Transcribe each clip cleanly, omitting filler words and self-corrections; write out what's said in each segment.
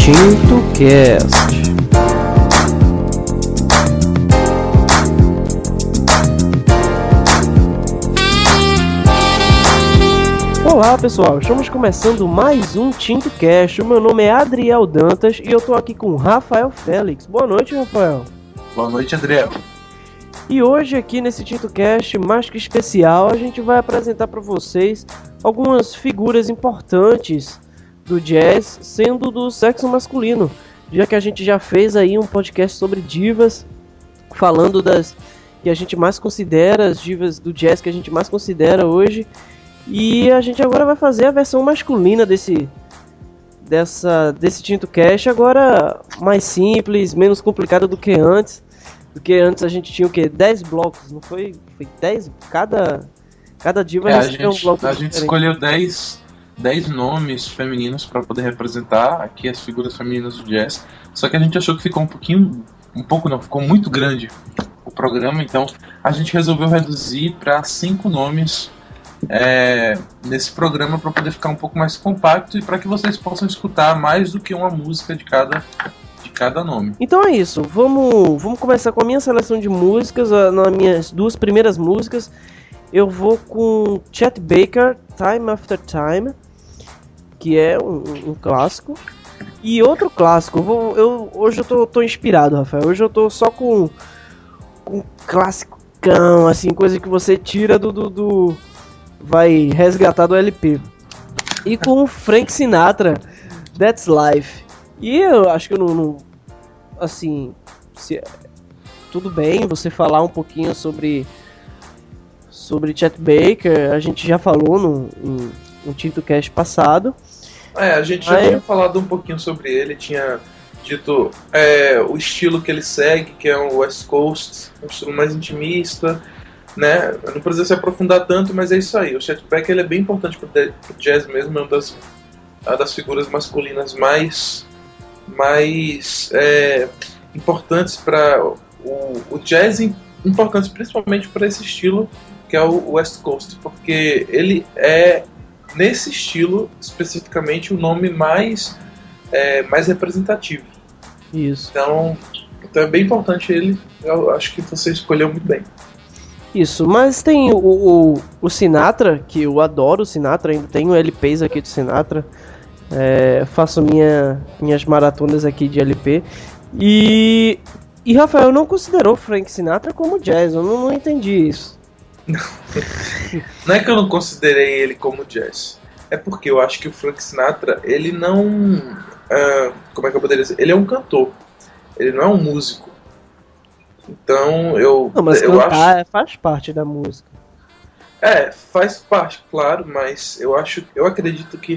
TintoCast. Olá pessoal, estamos começando mais um TintoCast. O meu nome é Adriel Dantas e eu tô aqui com Rafael Félix. Boa noite, Rafael. Boa noite, Adriel. E hoje aqui nesse TintoCast mais que especial, a gente vai apresentar para vocês algumas figuras importantes do jazz, sendo do sexo masculino, já que a gente já fez aí um podcast sobre divas, falando das que a gente mais considera, as divas do jazz que a gente mais considera hoje, e a gente agora vai fazer a versão masculina desse TintoCast, agora mais simples, menos complicado do que antes. Porque antes a gente tinha o quê? 10 blocos, não foi? Foi 10? Cada diva recebeu um bloco A gente escolheu 10 nomes femininos para poder representar aqui as figuras femininas do jazz. Só que a gente achou que ficou ficou muito grande o programa. Então a gente resolveu reduzir para 5 nomes nesse programa para poder ficar um pouco mais compacto e para que vocês possam escutar mais do que uma música de cada nome. Então é isso, vamos começar com a minha seleção de músicas. Nas minhas 2 primeiras músicas eu vou com Chet Baker, Time After Time, que é um clássico. E outro clássico, hoje eu tô inspirado, Rafael. Hoje eu tô só com classicão, assim, coisa que você tira vai resgatar do LP. E com Frank Sinatra, That's Life. E eu acho que eu não assim, tudo bem você falar um pouquinho sobre Chet Baker, a gente já falou no TintoCast passado. A gente já tinha falado um pouquinho sobre ele, tinha dito o estilo que ele segue, que é o West Coast, um estilo mais intimista, né? Não precisa se aprofundar tanto, mas é isso aí. O Chet Baker ele é bem importante pro jazz mesmo, é uma das figuras masculinas mais importantes para o jazz, importantes principalmente para esse estilo que é o West Coast, porque ele é nesse estilo especificamente o nome mais representativo. Isso. Então é bem importante ele. Eu acho que você escolheu muito bem. Isso, mas tem o Sinatra, que eu adoro o Sinatra, ainda tenho LPs aqui do Sinatra. Faço minhas maratonas aqui de LP. E Rafael não considerou Frank Sinatra como jazz. Eu não entendi isso. Não é que eu não considerei ele como jazz. É porque eu acho que o Frank Sinatra, ele não... como é que eu poderia dizer? Ele é um cantor. Ele não é um músico. Então mas eu cantar acho... faz parte da música. Faz parte, claro. Mas eu acredito que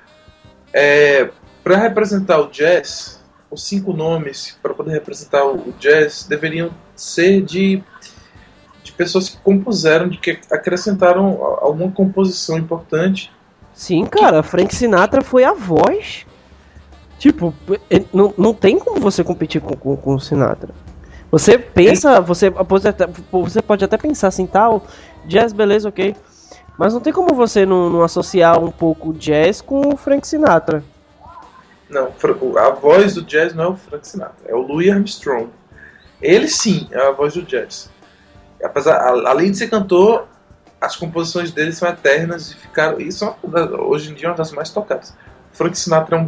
para representar o jazz, os 5 nomes para poder representar o jazz deveriam ser de pessoas que compuseram, que acrescentaram alguma composição importante. Sim, cara, Frank Sinatra foi a voz. Tipo, não tem como você competir com o Sinatra. Você pensa, você pode até pensar assim, tal, jazz, beleza, ok. Mas não tem como você não associar um pouco jazz com o Frank Sinatra. Não, a voz do jazz não é o Frank Sinatra, é o Louis Armstrong. Ele sim é a voz do jazz. Além de ser cantor, as composições dele são eternas e ficaram. Hoje em dia, uma das mais tocadas. Frank Sinatra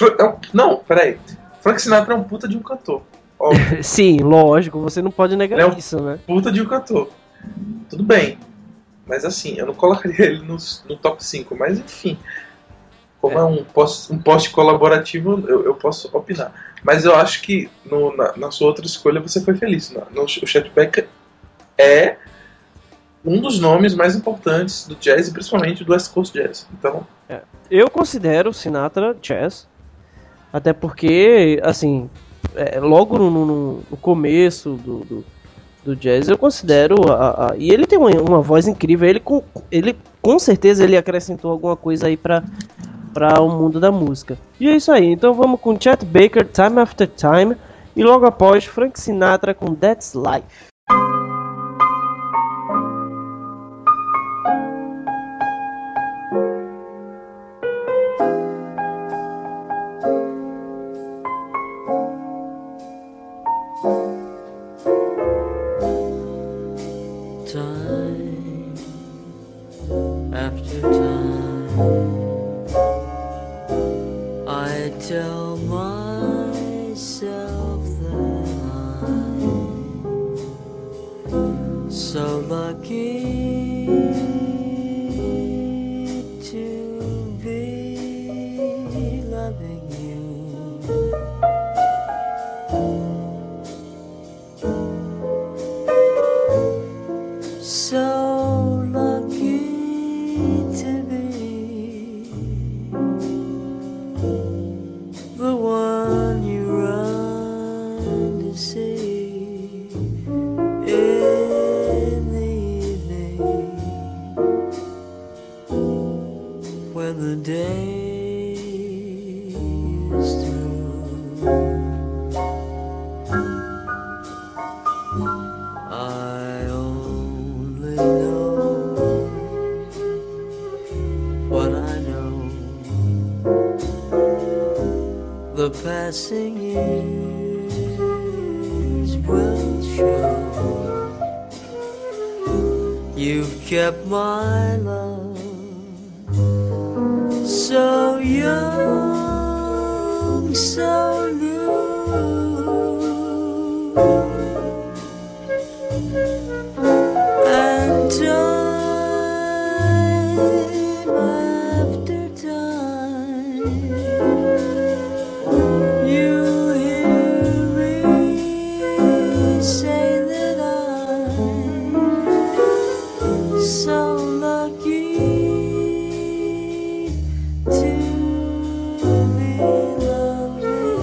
Frank Sinatra é um puta de um cantor. Óbvio. Sim, lógico, você não pode negar isso, né? Puta de um cantor. Tudo bem. Mas assim, eu não colocaria ele no top 5. Mas enfim, como é um post colaborativo, eu posso opinar. Mas eu acho que na sua outra escolha você foi feliz. O Chet Baker é um dos nomes mais importantes do jazz e principalmente do West Coast Jazz. Então, eu considero Sinatra jazz, até porque, assim, logo no começo do jazz eu considero e ele tem uma voz incrível. Ele com certeza ele acrescentou alguma coisa aí para o mundo da música. E é isso aí. Então vamos com Chet Baker, Time After Time, e logo após Frank Sinatra com That's Life. I tell myself that I'm so lucky to be loving you. So lucky to be the one you run to see in the evening when the day is through. I only know what I know. The passing years will show. You've kept my love so young, so new. And time after time, you hear me say that I'm so lucky to be loving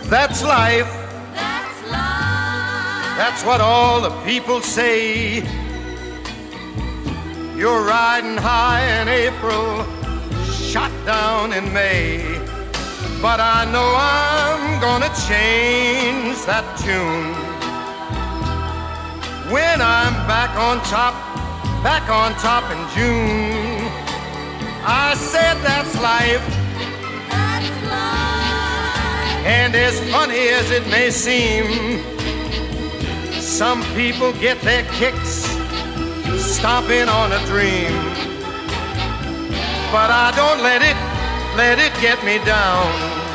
That's life. That's life. That's what all the people say. You're riding high in April, shot down in May. But I know I'm gonna change that tune when I'm back on top in June. I said that's life. That's life. And as funny as it may seem, some people get their kicks stomping on a dream. But I don't let it get me down.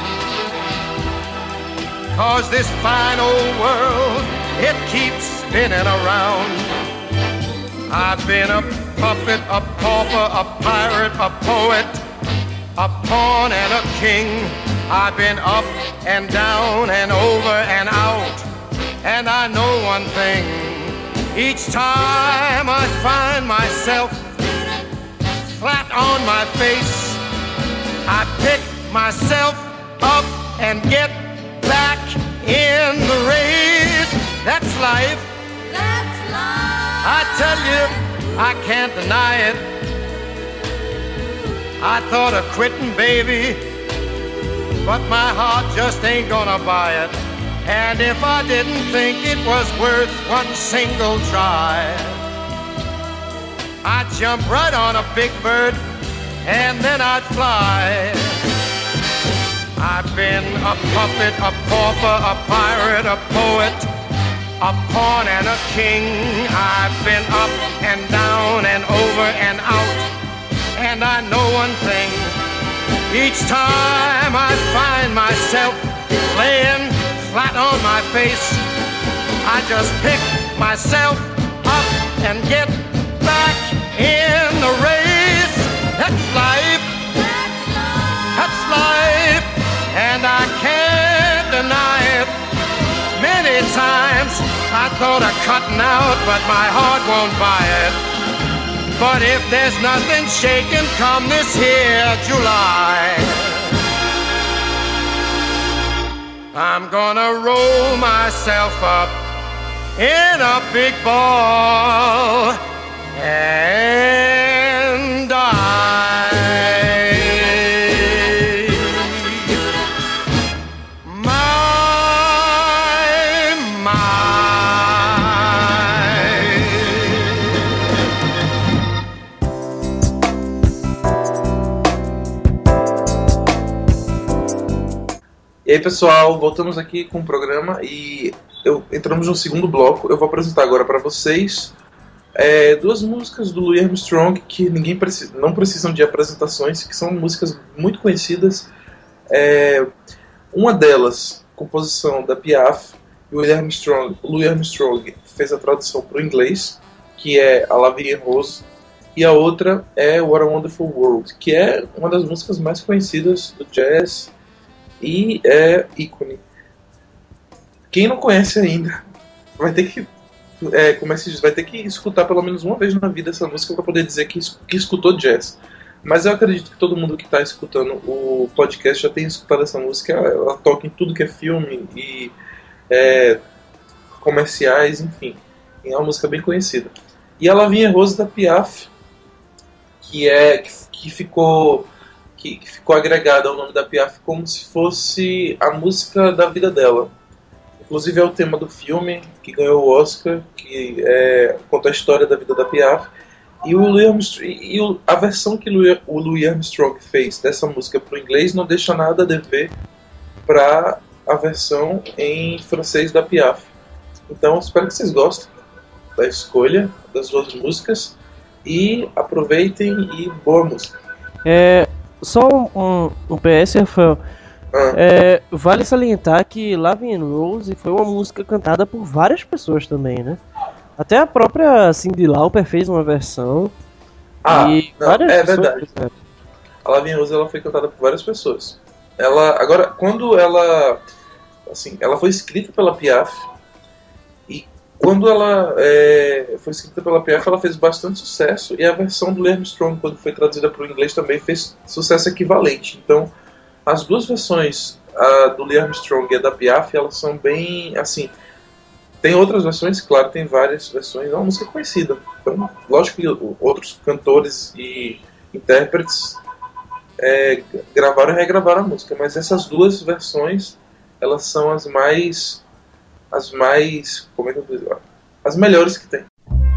'Cause this fine old world, it keeps spinning around. I've been a puppet, a pauper, a pirate, a poet, a pawn and a king. I've been up and down and over and out. And I know one thing, each time I find myself flat on my face, I pick myself up and get back in the race. That's life. That's life. I tell you, I can't deny it. I thought of quitting, baby, but my heart just ain't gonna buy it. And if I didn't think it was worth one single try, I'd jump right on a big bird and then I'd fly. I've been a puppet, a pauper, a pirate, a poet, a pawn and a king. I've been up and down and over and out. And I know one thing, each time I find myself laying flat on my face, I just pick myself up and get back in the race. That's life. That's life. That's life. And I can't deny it. Many times I thought of cutting out, but my heart won't buy it. But if there's nothing shaking come this here July, I'm gonna roll myself up in a big ball and die. E aí, pessoal, voltamos aqui com o programa e entramos no segundo bloco. Eu vou apresentar agora para vocês duas músicas do Louis Armstrong que não precisam de apresentações, que são músicas muito conhecidas. Uma delas, composição da Piaf, e o Louis Armstrong fez a tradução para o inglês, que é A La Vie en Rose, e a outra é What a Wonderful World, que é uma das músicas mais conhecidas do jazz e é ícone. Quem não conhece ainda vai ter que como é que se diz? Vai ter que escutar pelo menos uma vez na vida essa música para poder dizer que escutou jazz. Mas eu acredito que todo mundo que está escutando o podcast já tem escutado essa música. Ela toca em tudo que é filme e comerciais, enfim. É uma música bem conhecida. E a La Vie en Rose da Piaf, que ficou agregada ao nome da Piaf como se fosse a música da vida dela. Inclusive é o tema do filme que ganhou o Oscar, que conta a história da vida da Piaf. E a versão que o Louis Armstrong fez dessa música para o inglês não deixa nada a dever para a versão em francês da Piaf. Então espero que vocês gostem da escolha das duas músicas e aproveitem e boa música. Só um PS, Rafael. Vale salientar que La Vie en Rose foi uma música cantada por várias pessoas também, né? Até a própria Cyndi Lauper fez uma versão. É verdade. A La Vie en Rose ela foi cantada por várias pessoas. Quando ela foi escrita pela Piaf, e quando ela foi escrita pela Piaf, ela fez bastante sucesso, e a versão do Louis Armstrong, quando foi traduzida para o inglês, também fez sucesso equivalente. Então, as duas versões a do Louis Armstrong e a da Piaf, elas são bem, assim, tem outras versões, claro, tem várias versões, é uma música conhecida. Então, lógico que outros cantores e intérpretes gravaram e regravaram a música, mas essas duas versões, elas são as mais, como é que eu vou dizer? As melhores que tem.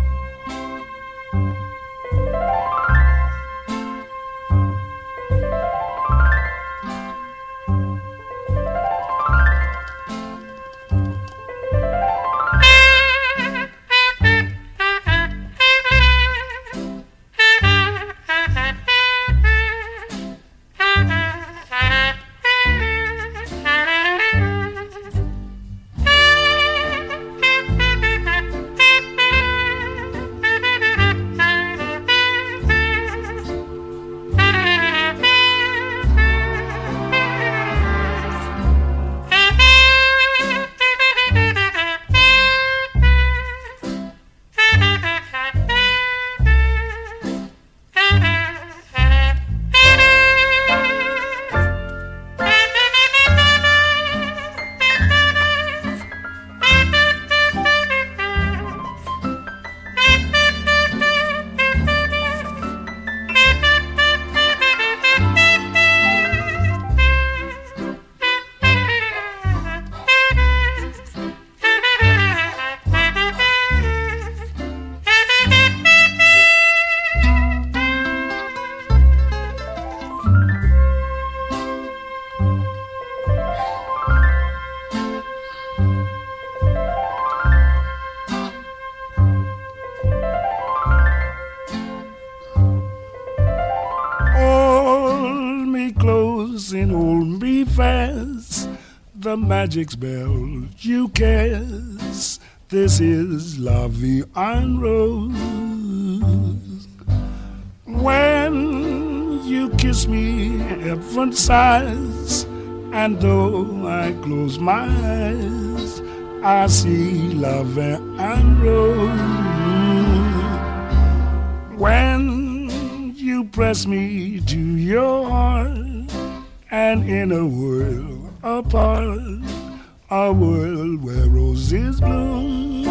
The magic spell you cast. This is La Vie en Rose. When you kiss me, heaven sighs, and though I close my eyes, I see La Vie en Rose. When you press me to your heart, and in a world apart, a world where roses bloom.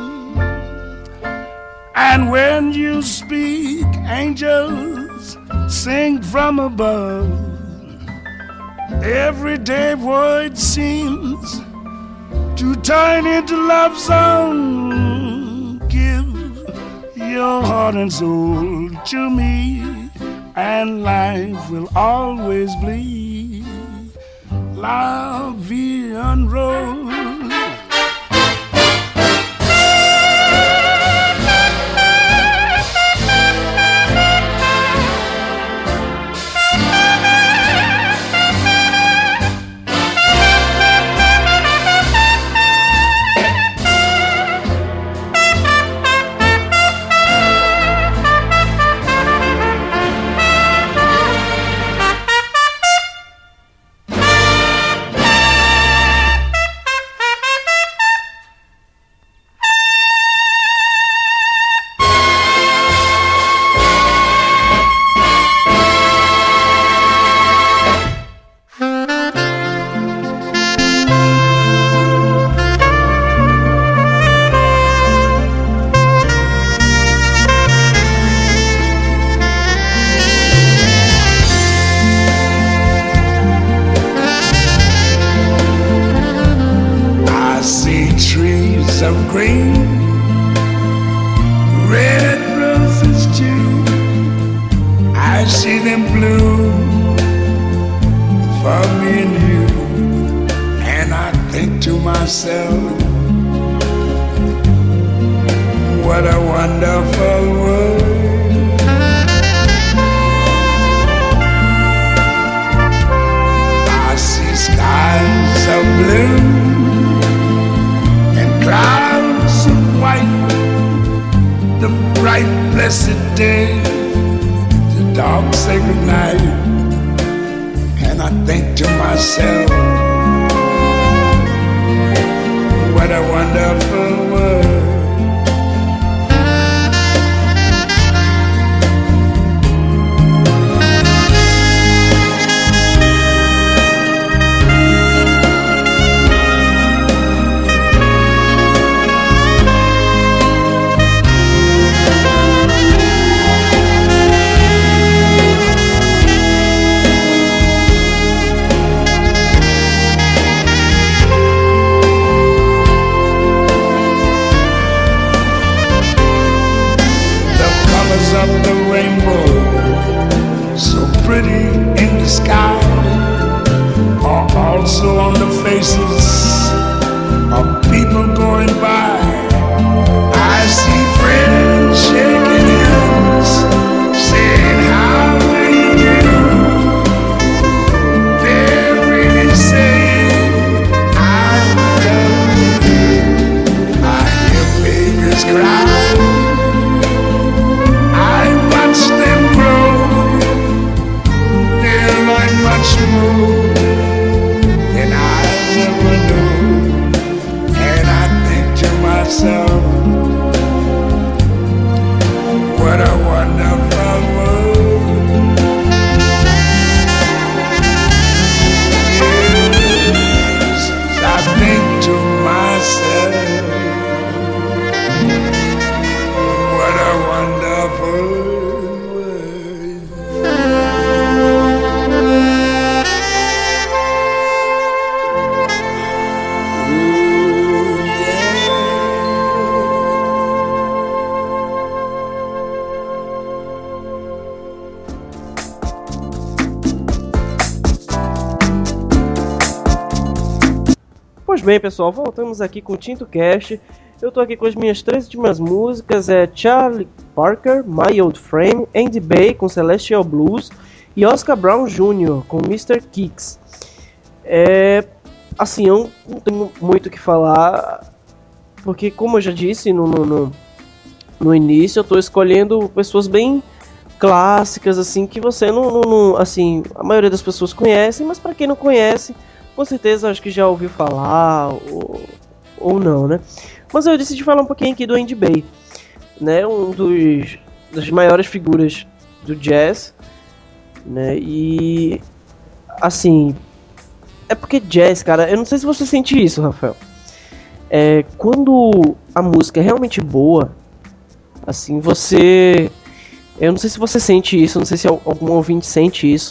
And when you speak, angels sing from above. Everyday word seems to turn into love song. Give your heart and soul to me, and life will always bleed. La Vie en Rose. Pois bem, pessoal, voltamos aqui com o Tinto Cast. Eu tô aqui com as minhas 3 últimas músicas, Charlie Parker, My Old Frame, Andy Bay com Celestial Blues e Oscar Brown Jr. com Mr. Kicks. Assim, eu não tenho muito o que falar, porque como eu já disse no início, eu tô escolhendo pessoas bem clássicas, assim, que você não assim, a maioria das pessoas conhecem, mas pra quem não conhece, com certeza acho que já ouviu falar, ou não, né? Mas eu decidi falar um pouquinho aqui do Andy Bay, né? Das maiores figuras do jazz, né? E, assim, é porque jazz, cara, eu não sei se você sente isso, Rafael. Quando a música é realmente boa, assim, você... Eu não sei se você sente isso, não sei se algum ouvinte sente isso.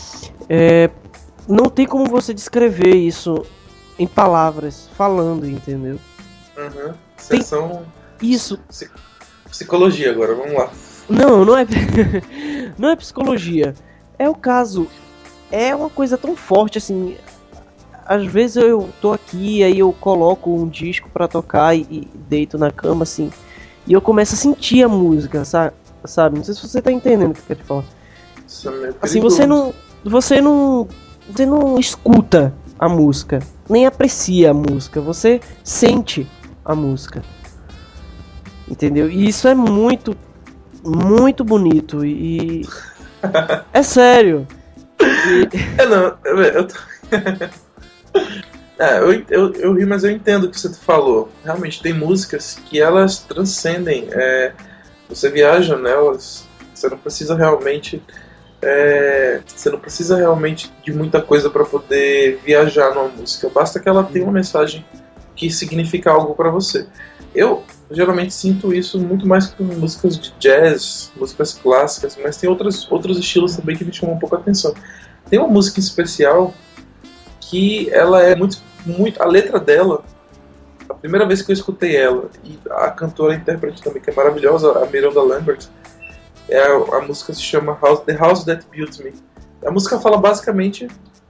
Não tem como você descrever isso em palavras, falando, entendeu? Uhum. Sessão... Isso. Psicologia agora, vamos lá. Não é... não é psicologia. É o caso. É uma coisa tão forte, assim... Às vezes eu tô aqui, aí eu coloco um disco pra tocar e deito na cama, assim... E eu começo a sentir a música, sabe? Não sei se você tá entendendo o que eu quero te falar. Isso é meio assim, perigoso. você não escuta a música, nem aprecia a música, você sente a música. Entendeu? E isso é muito, muito bonito e é sério. Eu ri, mas eu entendo o que você falou. Realmente tem músicas que elas transcendem. Você viaja nelas. Você não precisa realmente de muita coisa para poder viajar numa música. Basta que ela tenha uma mensagem que significa algo para você. Eu geralmente sinto isso muito mais com músicas de jazz, músicas clássicas, mas tem outros estilos também que me chamam um pouco a atenção. Tem uma música em especial que ela é muito, a letra dela, a primeira vez que eu escutei ela, e a cantora, a intérprete também, que é maravilhosa, a Miranda Lambert, a música se chama The House That Built Me. A música fala basicamente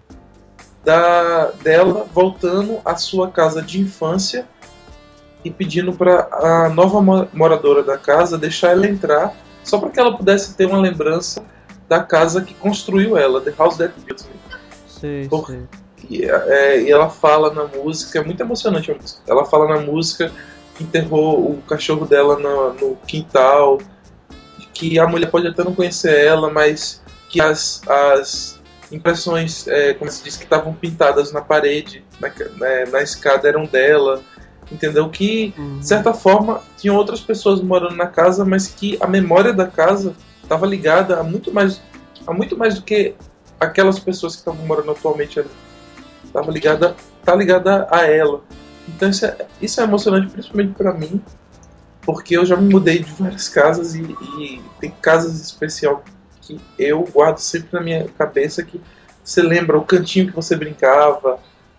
dela voltando à sua casa de infância e pedindo para a nova moradora da casa deixar ela entrar, só para que ela pudesse ter uma lembrança da casa que construiu ela, The House That Built Me. Sei. E ela fala na música, é muito emocionante a música. Ela fala na música que enterrou o cachorro dela no quintal, que a mulher pode até não conhecer ela, mas que as impressões, como se diz, que estavam pintadas na parede, na escada, eram dela. Entendeu? Que, de certa forma, tinham outras pessoas morando na casa, mas que a memória da casa estava ligada a muito mais do que aquelas pessoas que estavam morando atualmente ali. Tá ligada a ela. Então isso é emocionante, principalmente para mim, porque eu já me mudei de várias casas e tem casas especial que eu guardo sempre na minha cabeça, que você lembra o cantinho que você brincava,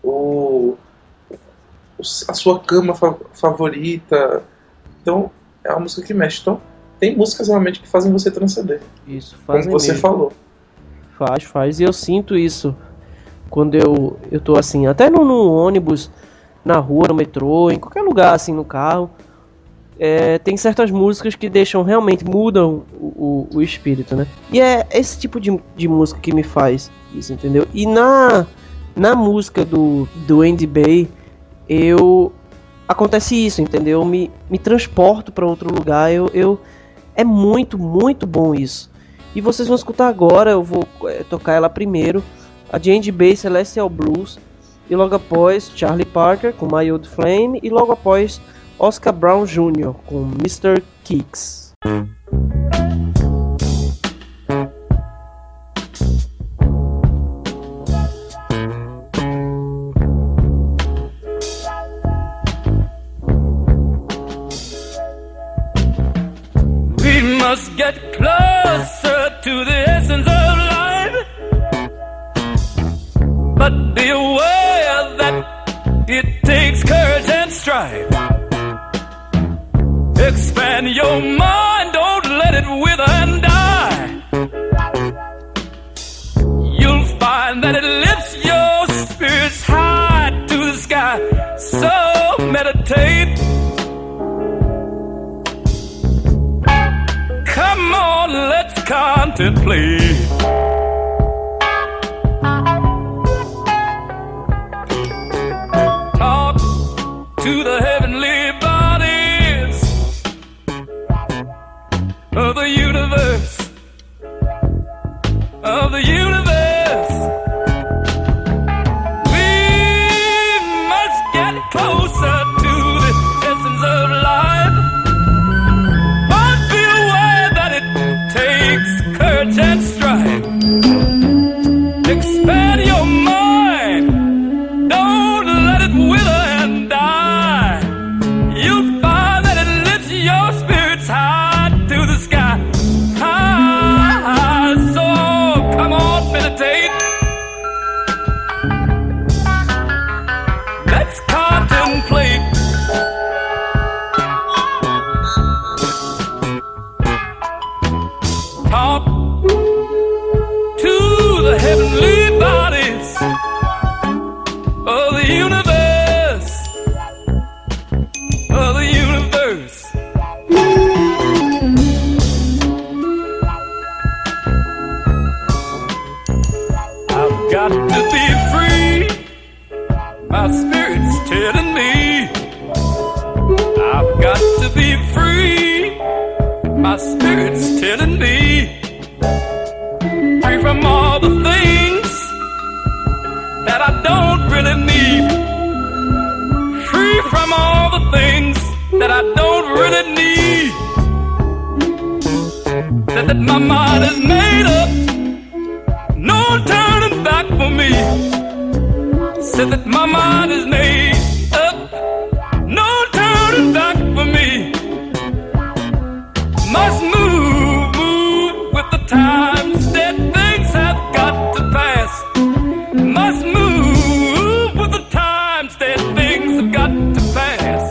a sua cama favorita. Então é uma música que mexe. Então tem músicas realmente que fazem você transcender. Isso, fazem como você mesmo. falou. Faz, e eu sinto isso quando eu tô assim, até no ônibus, na rua, no metrô, em qualquer lugar, assim, no carro. Tem certas músicas que realmente mudam o espírito, né? E é esse tipo de música que me faz isso, entendeu? E na música do Andy Bay, acontece isso, entendeu? Eu me transporto para outro lugar. É muito, muito bom isso. E vocês vão escutar agora, eu vou tocar ela primeiro, a de Andy Bay, Celestial Blues, e logo após Charlie Parker com My Old Flame, e logo após Oscar Brown Jr. com Mr. Kicks. We must get closer to the essence of life, but be aware that it takes courage and strife. Expand your mind, don't let it wither and die. You'll find that it lifts your spirits high to the sky. contemplate. Talk to the heavenly bodies of the universe, of the universe. We must get closer to the essence of life. But be aware that it takes courage and strife. Expand your mind, don't let it wither and die. You'll find that it lifts your spirits high to the sky. High, so come on, meditate. Let's contemplate. Talk to the heavenly bodies of the universe, of the universe. I've got to be free, my spirit's telling me. I've got to be free, my spirit's telling me. Free from all the things that I don't really need. Free from all the things that I don't really need. Said that my mind is made up, no turning back for me. Said that my mind is made up, no turning back for me. Must move, move with the times, that things have got to pass. Must move with the times, that things have got to pass.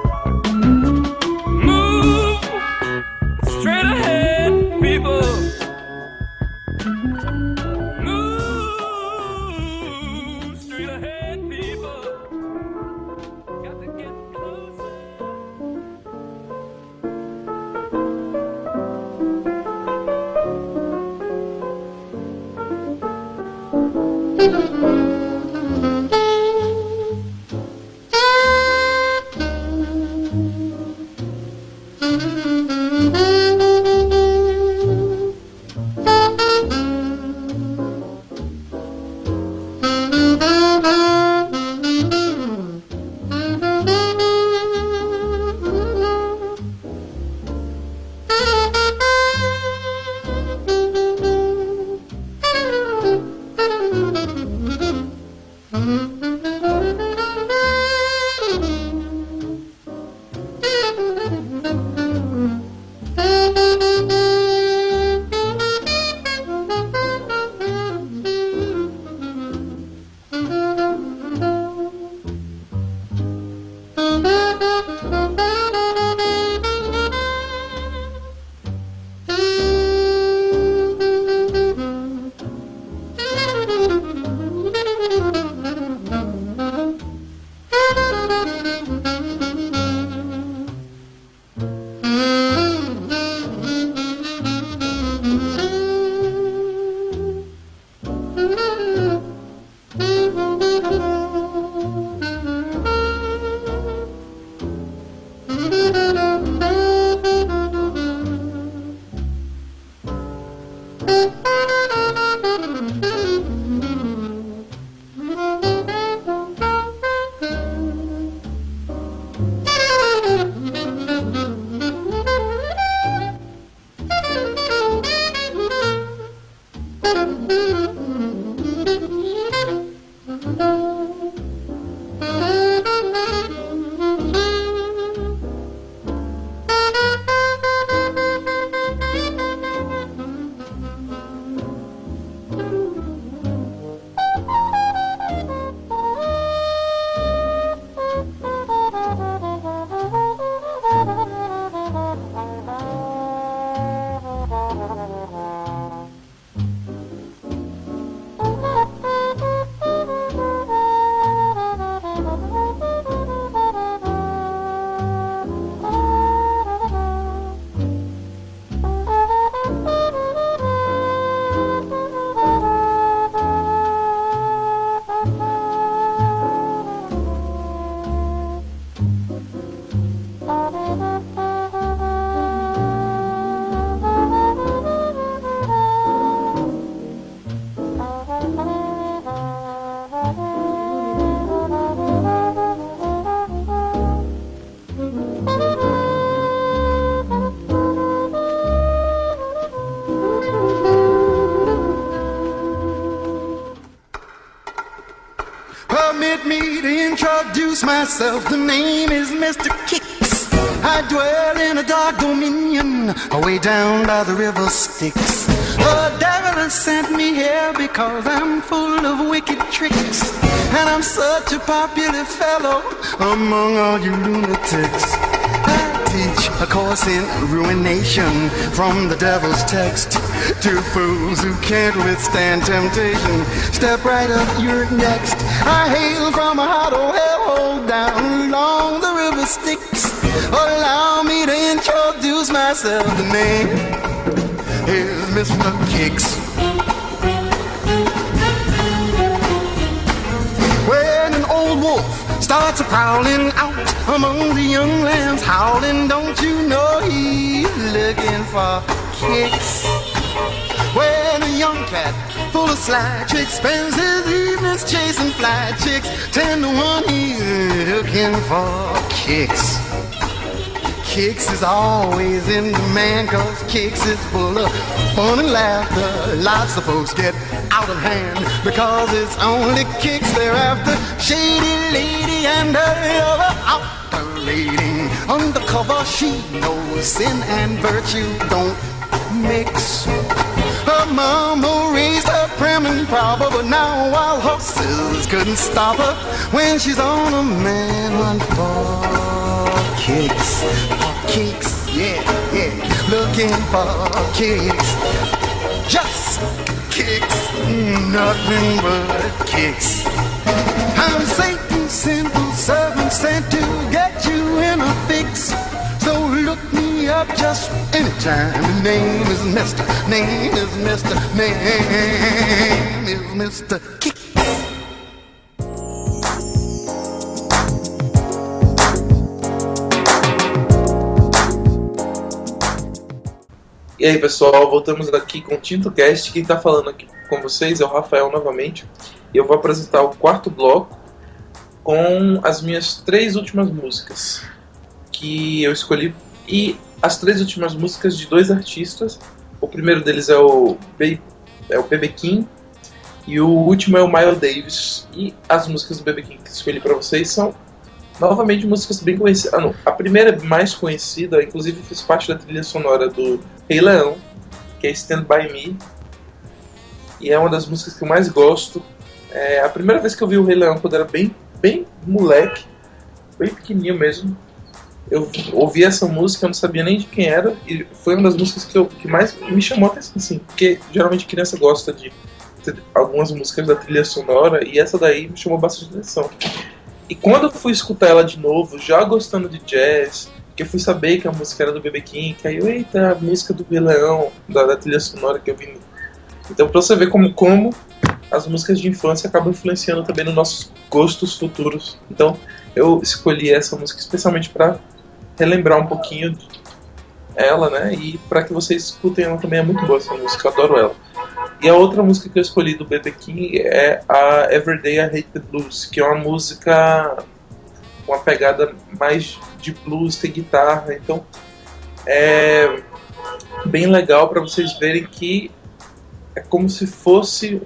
Move straight ahead, people. Move straight ahead, people. Permit me to introduce myself. The name is Mr. Kicks. I dwell in a dark dominion away down by the river Styx. The devil has sent me here because I'm full of wicked tricks, and I'm such a popular fellow among all you lunatics. I teach a course in ruination from the devil's text to fools who can't withstand temptation. Step right up, you're next. I hail from a hot old hellhole down along the river Styx. Allow me to introduce myself. The name is Mr. Kicks. When an old wolf starts prowling out among the young lambs howling, don't you know he's looking for kicks? When a young cat full of sly tricks spends his evenings chasing fly chicks, 10 to 1 he's looking for kicks. Kicks is always in demand, cause Kicks is full of fun and laughter. Lots of folks get out of hand because it's only Kicks they're after. Shady lady and her lover operating undercover. She knows sin and virtue don't mix. Her mama raised her prim and proper, but now wild horses couldn't stop her when she's on a man hunt for kicks. Kicks, yeah, yeah, looking for kicks. Just kicks, nothing but kicks. I'm Satan's simple servant sent to get you in a fix. So look me up just anytime. The name is Mr. Name is Mr. Name is Mr. Kicks. E aí pessoal, voltamos aqui com o TintoCast. Quem tá falando aqui com vocês é o Rafael novamente. E eu vou apresentar o quarto bloco com as minhas 3 últimas músicas que eu escolhi. E as 3 últimas músicas de 2 artistas. O primeiro deles é o B.B. King e o último é o Miles Davis. E as músicas do B.B. King que eu escolhi pra vocês são novamente músicas bem conhecidas. A primeira mais conhecida, inclusive fez parte da trilha sonora do Rei Leão, que é Stand By Me. E é uma das músicas que eu mais gosto. A primeira vez que eu vi o Rei Leão, quando era bem moleque, bem pequenininho mesmo, eu ouvi essa música, eu não sabia nem de quem era, e foi uma das músicas que mais me chamou a atenção, assim, porque geralmente criança gosta de algumas músicas da trilha sonora, e essa daí me chamou bastante atenção. E quando eu fui escutar ela de novo, já gostando de jazz, que eu fui saber que a música era do B.B. King, que aí eu, eita, a música do Rei Leão, da trilha sonora que eu vi. Então pra você ver como as músicas de infância acabam influenciando também nos nossos gostos futuros. Então eu escolhi essa música especialmente pra relembrar um pouquinho ela, né? E pra que vocês escutem ela também, é muito boa essa música, eu adoro ela. E a outra música que eu escolhi do B.B. King é a Everyday I Hate the Blues, que é uma música com uma pegada mais de blues, tem guitarra, então é bem legal para vocês verem que é como se fosse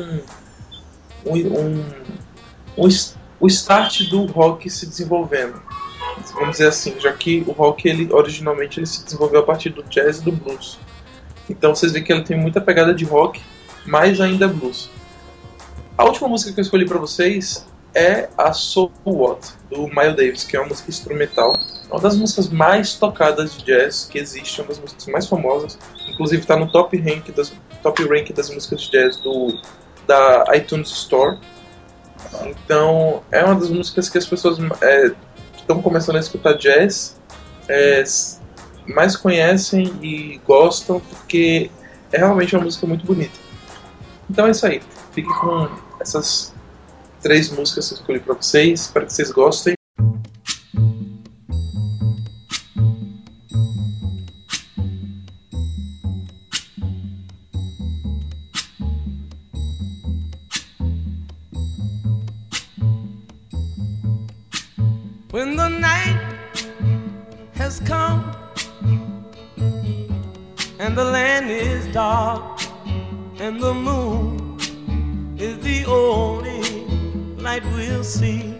o start do rock se desenvolvendo, vamos dizer assim, já que o rock originalmente ele se desenvolveu a partir do jazz e do blues. Então vocês veem que ele tem muita pegada de rock, mas ainda blues. A última música que eu escolhi para vocês é a So What, do Miles Davis, que é uma música instrumental. É uma das músicas mais tocadas de jazz que existe, uma das músicas mais famosas. Inclusive está no top rank das músicas de jazz da iTunes Store. Então é uma das músicas que as pessoas estão começando a escutar jazz mais conhecem e gostam, porque é realmente uma música muito bonita. Então é isso aí, fique com essas 3 músicas que eu escolhi pra vocês, espero que vocês gostem. When the night has come and the land is dark and the moon is the only light we'll see.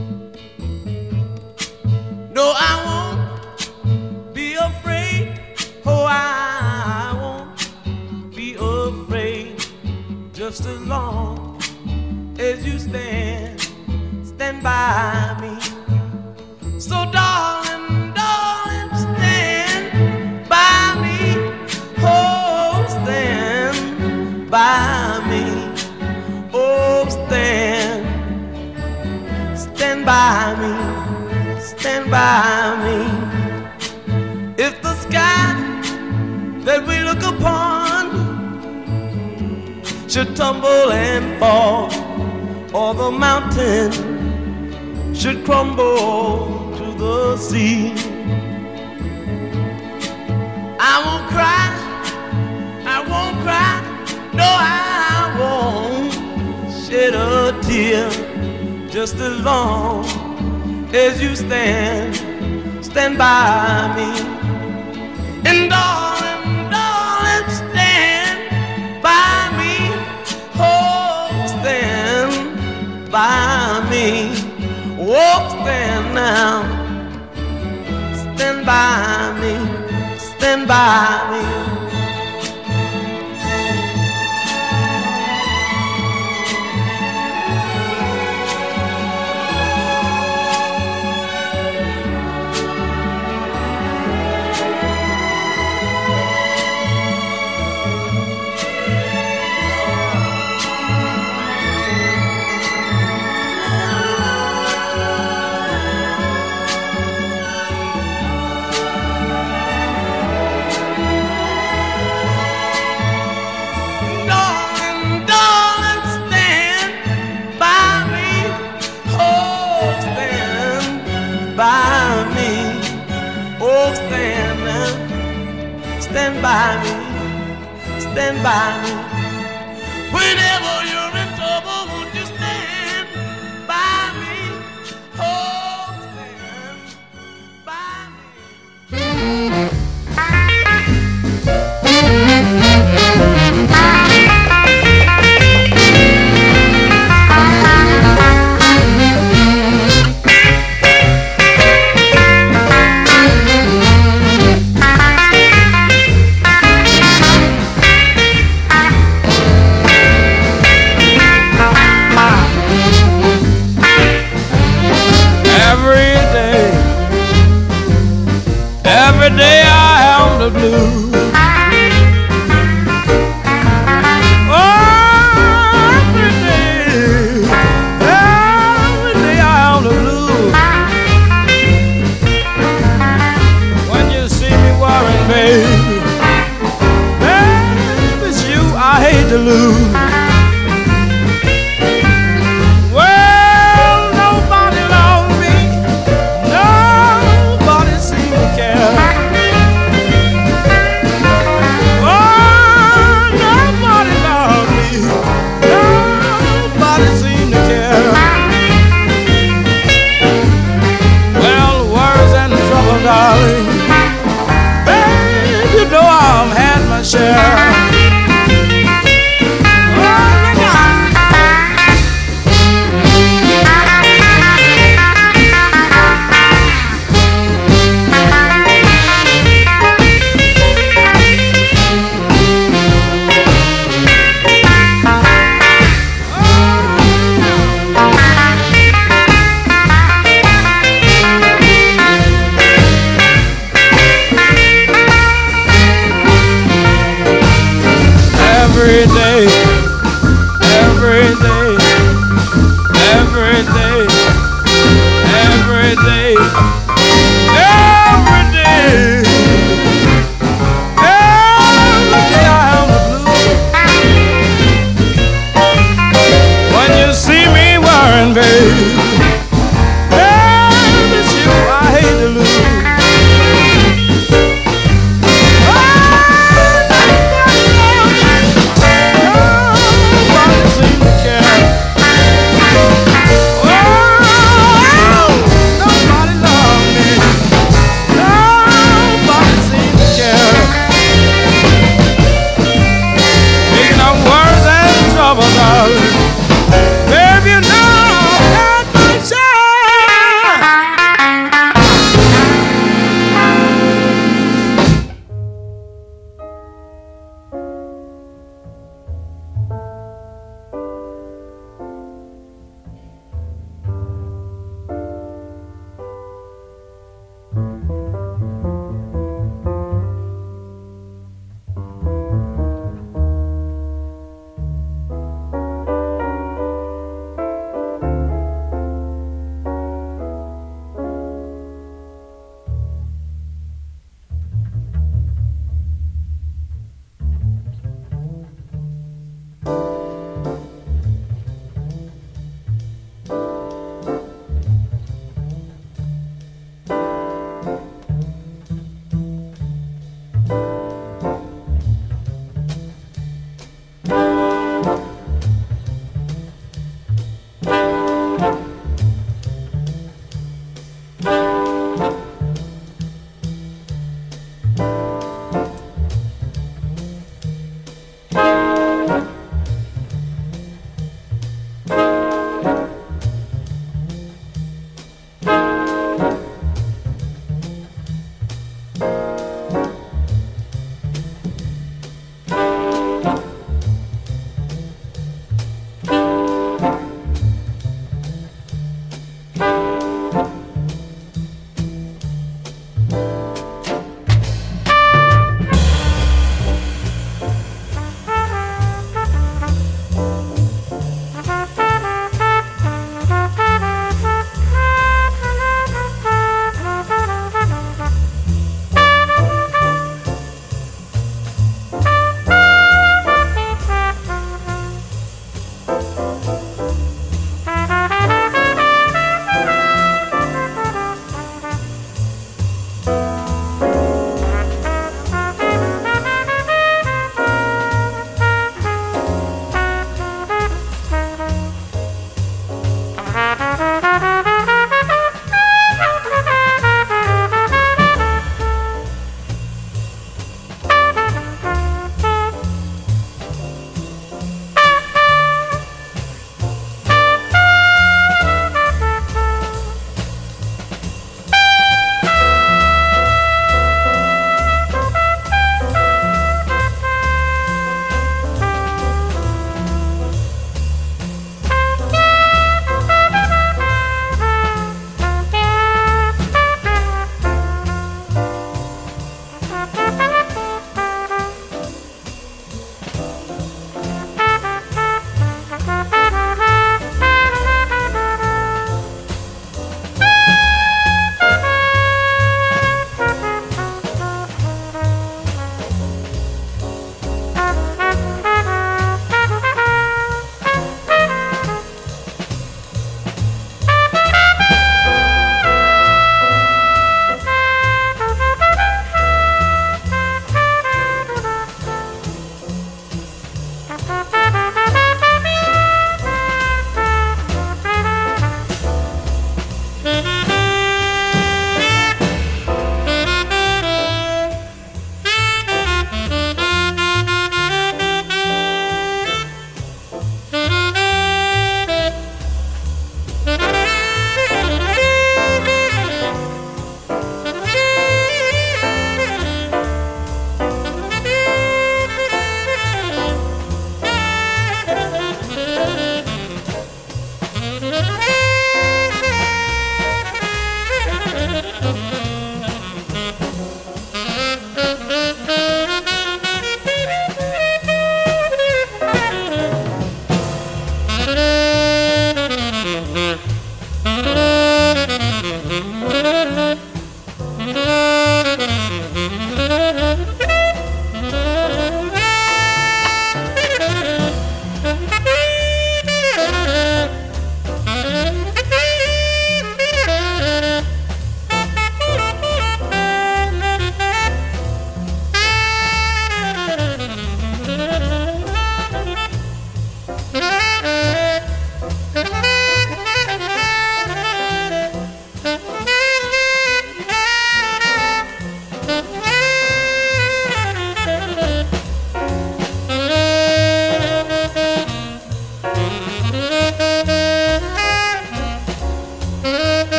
No, I won't be afraid. Oh, I won't be afraid. Just as long as you stand by me. So darling, darling, stand by me. Oh, stand by me. Oh, stand by me. Stand by me. If the sky that we look upon should tumble and fall, or the mountain should crumble to the sea, I won't cry, I won't cry, no, I won't shed a tear. Just as long as you stand by me. And darling, darling, stand by me. Oh, stand by me. Oh, stand now. Stand by me. Stand by me. Stand by me, stand by me. Whenever you're in trouble, won't you stand by me? Oh, stand by me. Every day I am the blues. Oh, every day I am the blues. When you see me worrying, baby, it's you I hate to lose. Darling, babe, you know I've had my share.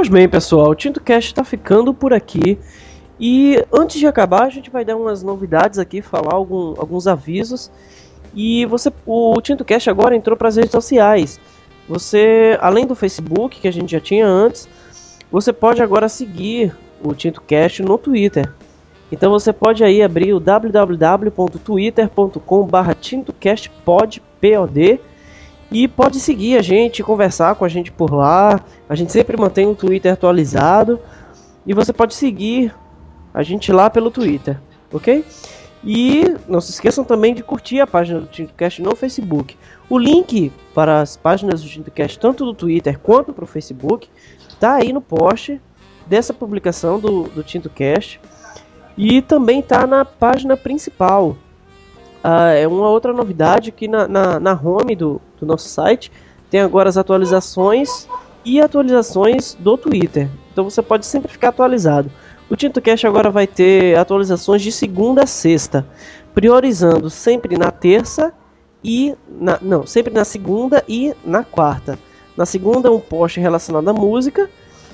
Pois bem, pessoal, o TintoCast está ficando por aqui. E antes de acabar, a gente vai dar umas novidades aqui, falar alguns avisos. E o TintoCast agora entrou para as redes sociais. Você, além do Facebook, que a gente já tinha antes, você pode agora seguir o TintoCast no Twitter. Então você pode aí abrir o www.twitter.com/TintoCastPod, POD, e pode seguir a gente, conversar com a gente por lá. A gente sempre mantém o Twitter atualizado e você pode seguir a gente lá pelo Twitter, ok? E não se esqueçam também de curtir a página do TintoCast no Facebook. O link para as páginas do TintoCast, tanto do Twitter quanto para o Facebook, tá aí no post dessa publicação do TintoCast. E também tá na página principal. É uma outra novidade que na home do nosso site tem agora as atualizações e atualizações do Twitter. Então você pode sempre ficar atualizado. O TintoCast agora vai ter atualizações de segunda a sexta, priorizando sempre na terça e sempre na segunda e na quarta. Na segunda um post relacionado à música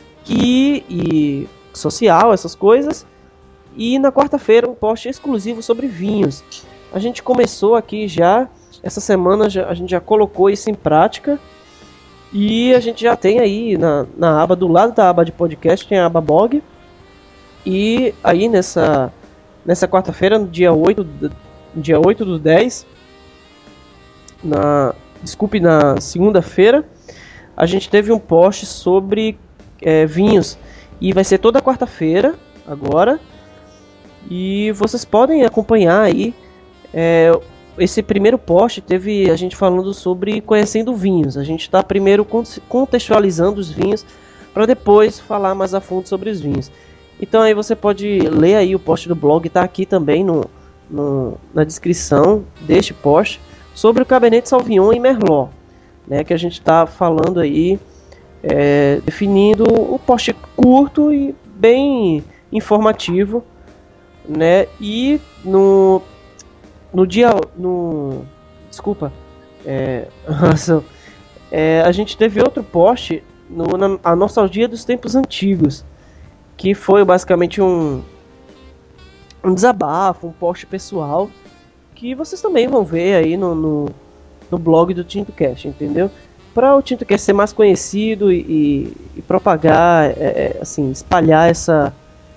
e social, essas coisas. E na quarta-feira um post exclusivo sobre vinhos. A gente começou aqui já, essa semana a gente já colocou isso em prática. E a gente já tem aí na aba, do lado da aba de podcast, tem a aba blog. E aí nessa quarta-feira, no dia 8 do 10, na segunda-feira, a gente teve um post sobre vinhos. E vai ser toda quarta-feira agora. E vocês podem acompanhar aí. Esse primeiro post teve a gente falando sobre conhecendo vinhos. A gente está primeiro contextualizando os vinhos para depois falar mais a fundo sobre os vinhos. Então aí você pode ler aí o post do blog, está aqui também na descrição deste post, sobre o Cabernet Sauvignon e Merlot, né, que a gente está falando aí, definindo um post curto e bem informativo, né? E a gente teve outro post a nostalgia dos tempos antigos, que foi basicamente um desabafo, um post pessoal, que vocês também vão ver aí no blog do TintoCast, entendeu? Para o TintoCast ser mais conhecido e propagar, assim, espalhar essa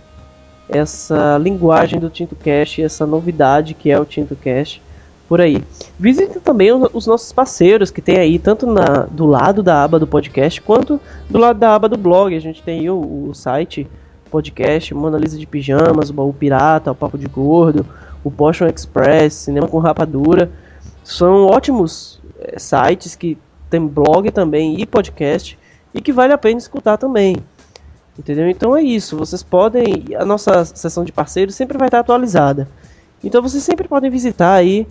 linguagem do TintoCast, essa novidade que é o TintoCast por aí. Visitem também os nossos parceiros que tem aí, tanto do lado da aba do podcast, quanto do lado da aba do blog. A gente tem aí o site podcast, Mona Lisa de Pijamas, o Baú Pirata, o Papo de Gordo, o Potion Express, Cinema com Rapadura. São ótimos sites que tem blog também e podcast, e que vale a pena escutar também. Entendeu? Então é isso, vocês podem, a nossa seção de parceiros sempre vai estar atualizada. Então vocês sempre podem visitar aí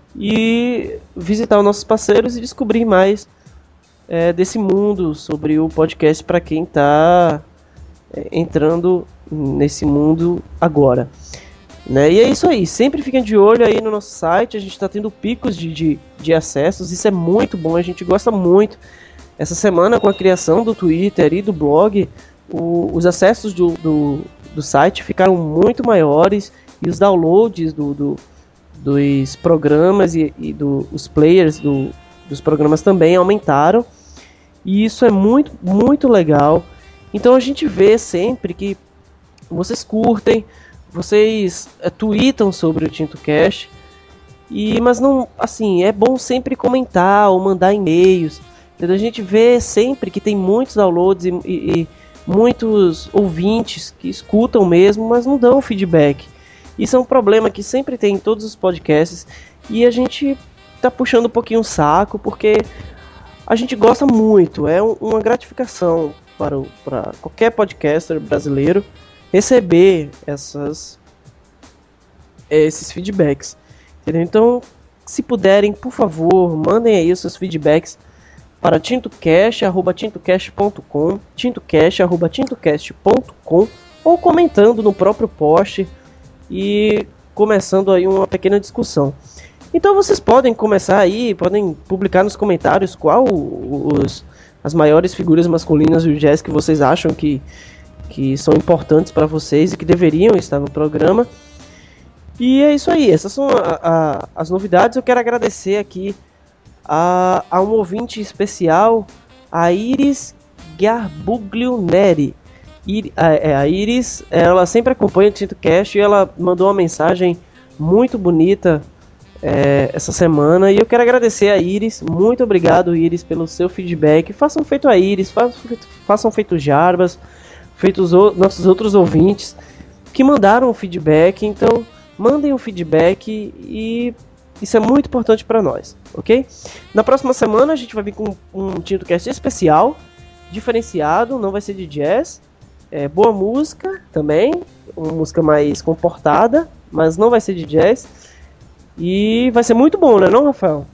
e visitar os nossos parceiros e descobrir mais desse mundo sobre o podcast para quem está entrando nesse mundo agora, né? E é isso aí, sempre fiquem de olho aí no nosso site, a gente está tendo picos de acessos, isso é muito bom, a gente gosta muito. Essa semana, com a criação do Twitter e do blog, os acessos do site ficaram muito maiores e os downloads dos programas e dos players dos programas também aumentaram, e isso é muito, muito legal. Então a gente vê sempre que vocês curtem, vocês tweetam sobre o TintoCast, mas não, assim, é bom sempre comentar ou mandar e-mails. Então a gente vê sempre que tem muitos downloads e muitos ouvintes que escutam mesmo, mas não dão feedback. Isso é um problema que sempre tem em todos os podcasts, e a gente tá puxando um pouquinho o saco, porque a gente gosta muito, é uma gratificação para qualquer podcaster brasileiro receber esses feedbacks, entendeu? Então, se puderem, por favor, mandem aí os seus feedbacks para tintocast@tintocast.com, tintocast@tintocast.com, ou comentando no próprio post e começando aí uma pequena discussão. Então vocês podem começar aí, podem publicar nos comentários qual os as maiores figuras masculinas do jazz que vocês acham que são importantes para vocês e que deveriam estar no programa. E é isso aí, essas são as novidades. Eu quero agradecer aqui a um ouvinte especial, a Iris Garbuglio Neri. A Iris, ela sempre acompanha o TintoCast e ela mandou uma mensagem muito bonita essa semana, e eu quero agradecer a Iris. Muito obrigado, Iris, pelo seu feedback. Façam feito a Iris, façam feito o Jarbas, feito os nossos outros ouvintes que mandaram o feedback. Então mandem o feedback, e isso é muito importante para nós, ok? Na próxima semana a gente vai vir com um TintoCast especial, diferenciado, não vai ser de jazz, boa música também, uma música mais comportada, mas não vai ser de jazz, e vai ser muito bom, né, não, Rafael?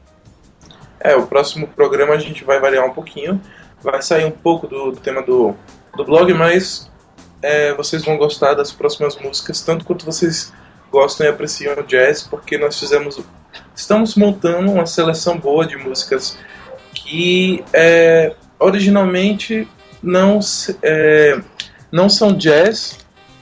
O próximo programa a gente vai variar um pouquinho, vai sair um pouco do tema do blog, mas vocês vão gostar das próximas músicas, tanto quanto vocês gostam e apreciam o jazz, porque nós estamos montando uma seleção boa de músicas que originalmente não são jazz,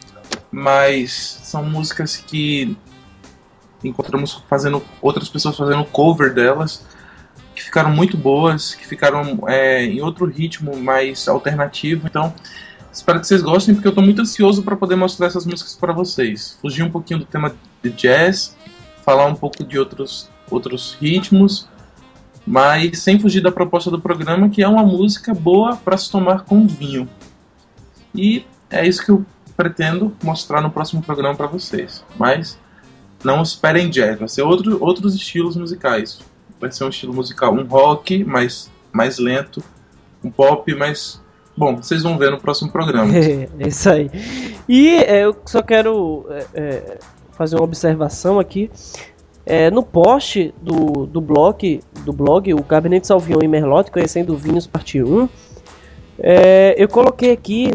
mas são músicas que encontramos outras pessoas fazendo cover delas, que ficaram muito boas, que ficaram em outro ritmo mais alternativo. Então espero que vocês gostem, porque eu estou muito ansioso para poder mostrar essas músicas para vocês. Fugir um pouquinho do tema de jazz, falar um pouco de outros ritmos, mas sem fugir da proposta do programa, que é uma música boa para se tomar com vinho. E é isso que eu pretendo mostrar no próximo programa para vocês. Mas não esperem jazz, vai ser outros estilos musicais. Vai ser um estilo musical, um rock mais lento, um pop mais... Bom, vocês vão ver no próximo programa. É isso aí. E eu só quero fazer uma observação aqui. No post do blog, o Cabernet Sauvignon e Merlot, Conhecendo Vinhos, parte 1, eu coloquei aqui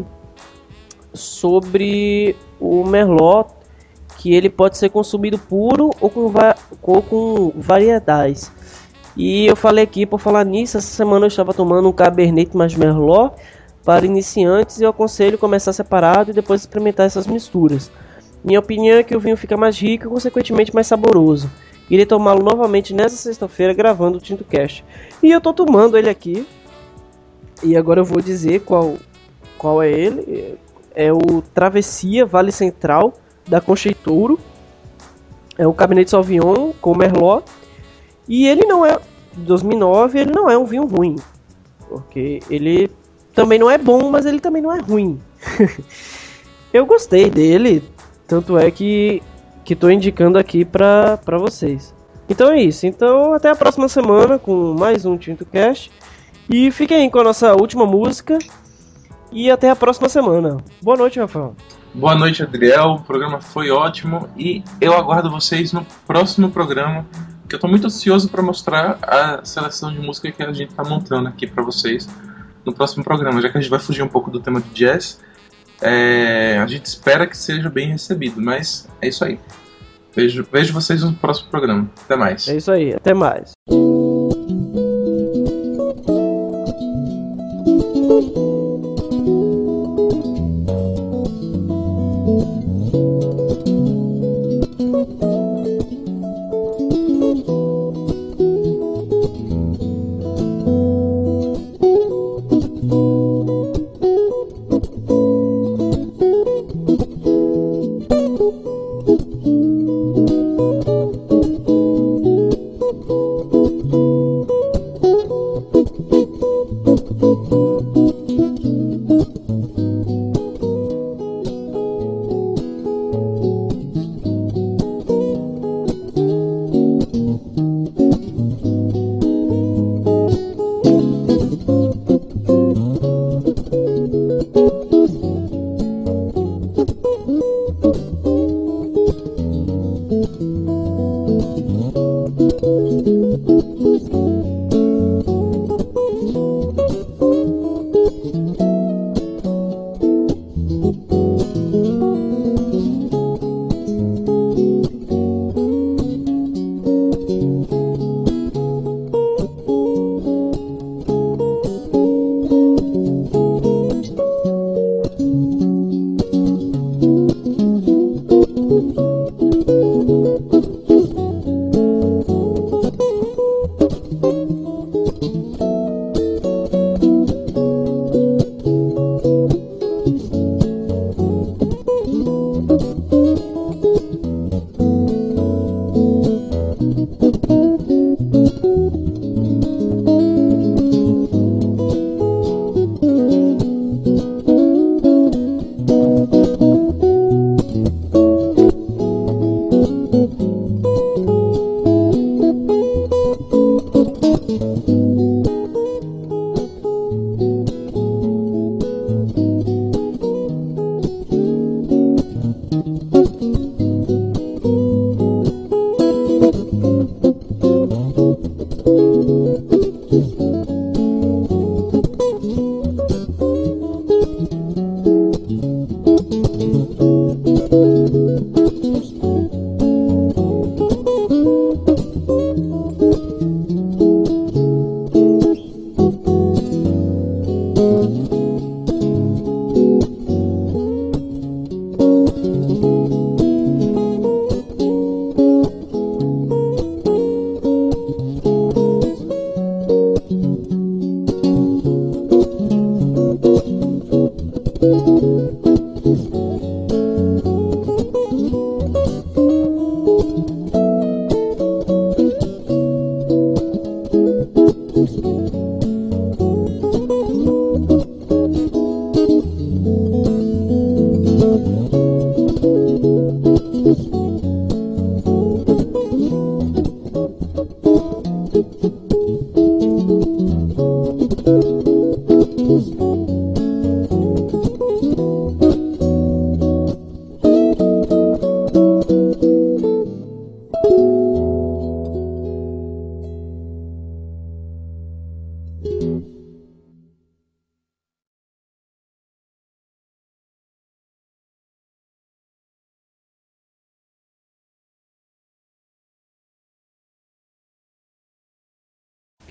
sobre o Merlot, que ele pode ser consumido puro ou com variedades. E eu falei aqui, por falar nisso, essa semana eu estava tomando um Cabernet mais Merlot para iniciantes, e eu aconselho começar separado e depois experimentar essas misturas. Minha opinião é que o vinho fica mais rico e consequentemente mais saboroso. Irei tomá-lo novamente nessa sexta-feira gravando o TintoCast. E eu tô tomando ele aqui, e agora eu vou dizer qual é ele. É o Travessia Vale Central da Concheitouro. É o Cabernet Sauvignon com Merlot. E ele não é 2009, ele não é um vinho ruim, porque ele também não é bom, mas ele também não é ruim. Eu gostei dele, tanto é que tô indicando aqui pra vocês. Então é isso, então até a próxima semana com mais um TintoCast. E fiquem aí com a nossa última música, e até a próxima semana. Boa noite, Rafael. Boa noite, Adriel, o programa foi ótimo, e eu aguardo vocês no próximo programa, que eu tô muito ansioso para mostrar a seleção de música que a gente tá montando aqui para vocês no próximo programa, já que a gente vai fugir um pouco do tema de jazz. A gente espera que seja bem recebido, mas é isso aí. Vejo vocês no próximo programa. Até mais. É isso aí, até mais.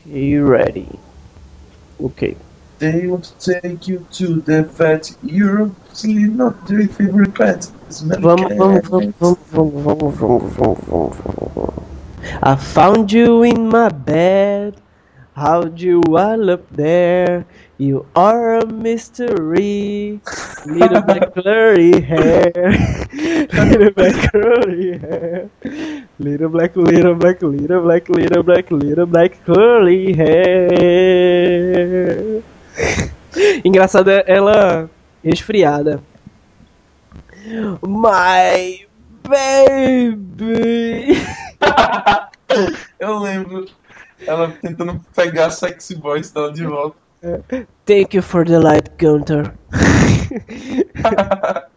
You ready? Ok. They want to take you to the vet. You're absolutely not doing favorite pet. Vamos. I found you in my bed. How'd you all up there? You are a mystery. Little black curly hair. Little black curly hair. Little black curly hair. Engraçado é ela resfriada. My baby. Eu lembro. Ela tentando pegar a sexy voice dela de volta. Thank you for the light, Gunther.